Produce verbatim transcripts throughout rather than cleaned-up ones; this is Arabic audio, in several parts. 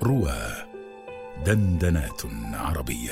روى دندنات عربية.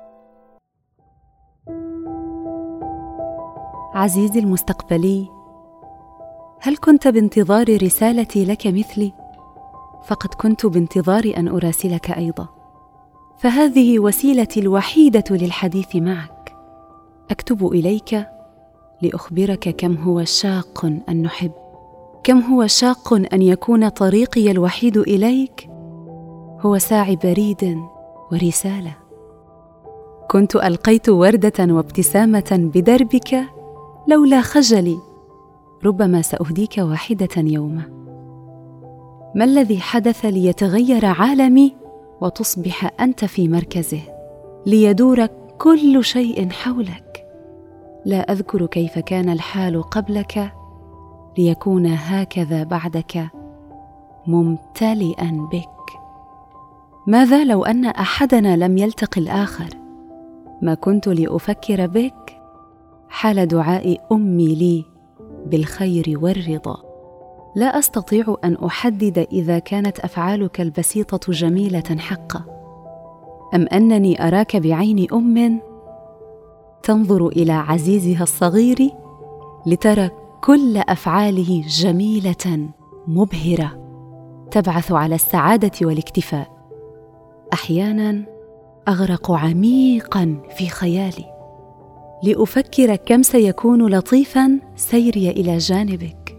عزيزي المستقبلي، هل كنت بانتظار رسالتي لك مثلي؟ فقد كنت بانتظار أن أراسلك أيضا، فهذه وسيلتي الوحيدة للحديث معك. أكتب إليك لأخبرك كم هو شاق أن نحب، كم هو شاق أن يكون طريقي الوحيد إليك هو ساعي بريد ورسالة. كنت ألقيت وردة وابتسامة بدربك لولا خجلي، ربما سأهديك واحدة يوما. ما الذي حدث ليتغير عالمي وتصبح أنت في مركزه، ليدور كل شيء حولك؟ لا أذكر كيف كان الحال قبلك ليكون هكذا بعدك، ممتلئا بك. ماذا لو أن أحدنا لم يلتقي الآخر؟ ما كنت لأفكر بك حال دعاء أمي لي بالخير والرضا. لا أستطيع أن أحدد إذا كانت أفعالك البسيطة جميلة حقا، أم أنني أراك بعين أم تنظر إلى عزيزها الصغير لترى كل أفعاله جميلة مبهرة تبعث على السعادة والاكتفاء. أحياناً أغرق عميقاً في خيالي لأفكر كم سيكون لطيفاً سيري إلى جانبك.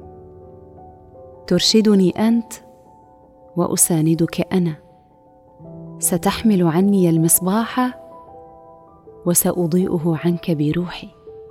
ترشدني أنت وأساندك أنا، ستحمل عني المصباح وسأضيئه عنك بروحي.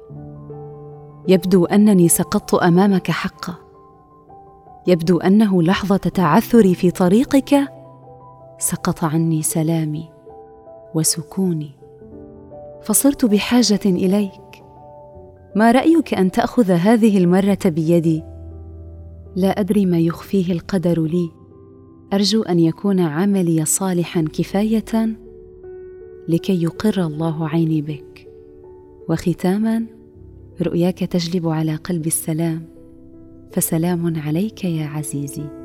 يبدو أنني سقطت أمامك حقا، يبدو أنه لحظة تعثري في طريقك سقط عني سلامي وسكوني، فصرت بحاجة إليك. ما رأيك أن تأخذ هذه المرة بيدي؟ لا أدري ما يخفيه القدر لي، أرجو أن يكون عملي صالحاً كفاية لكي يقر الله عيني بك. وختاماً، رؤياك تجلب على قلبي السلام، فسلام عليك يا عزيزي.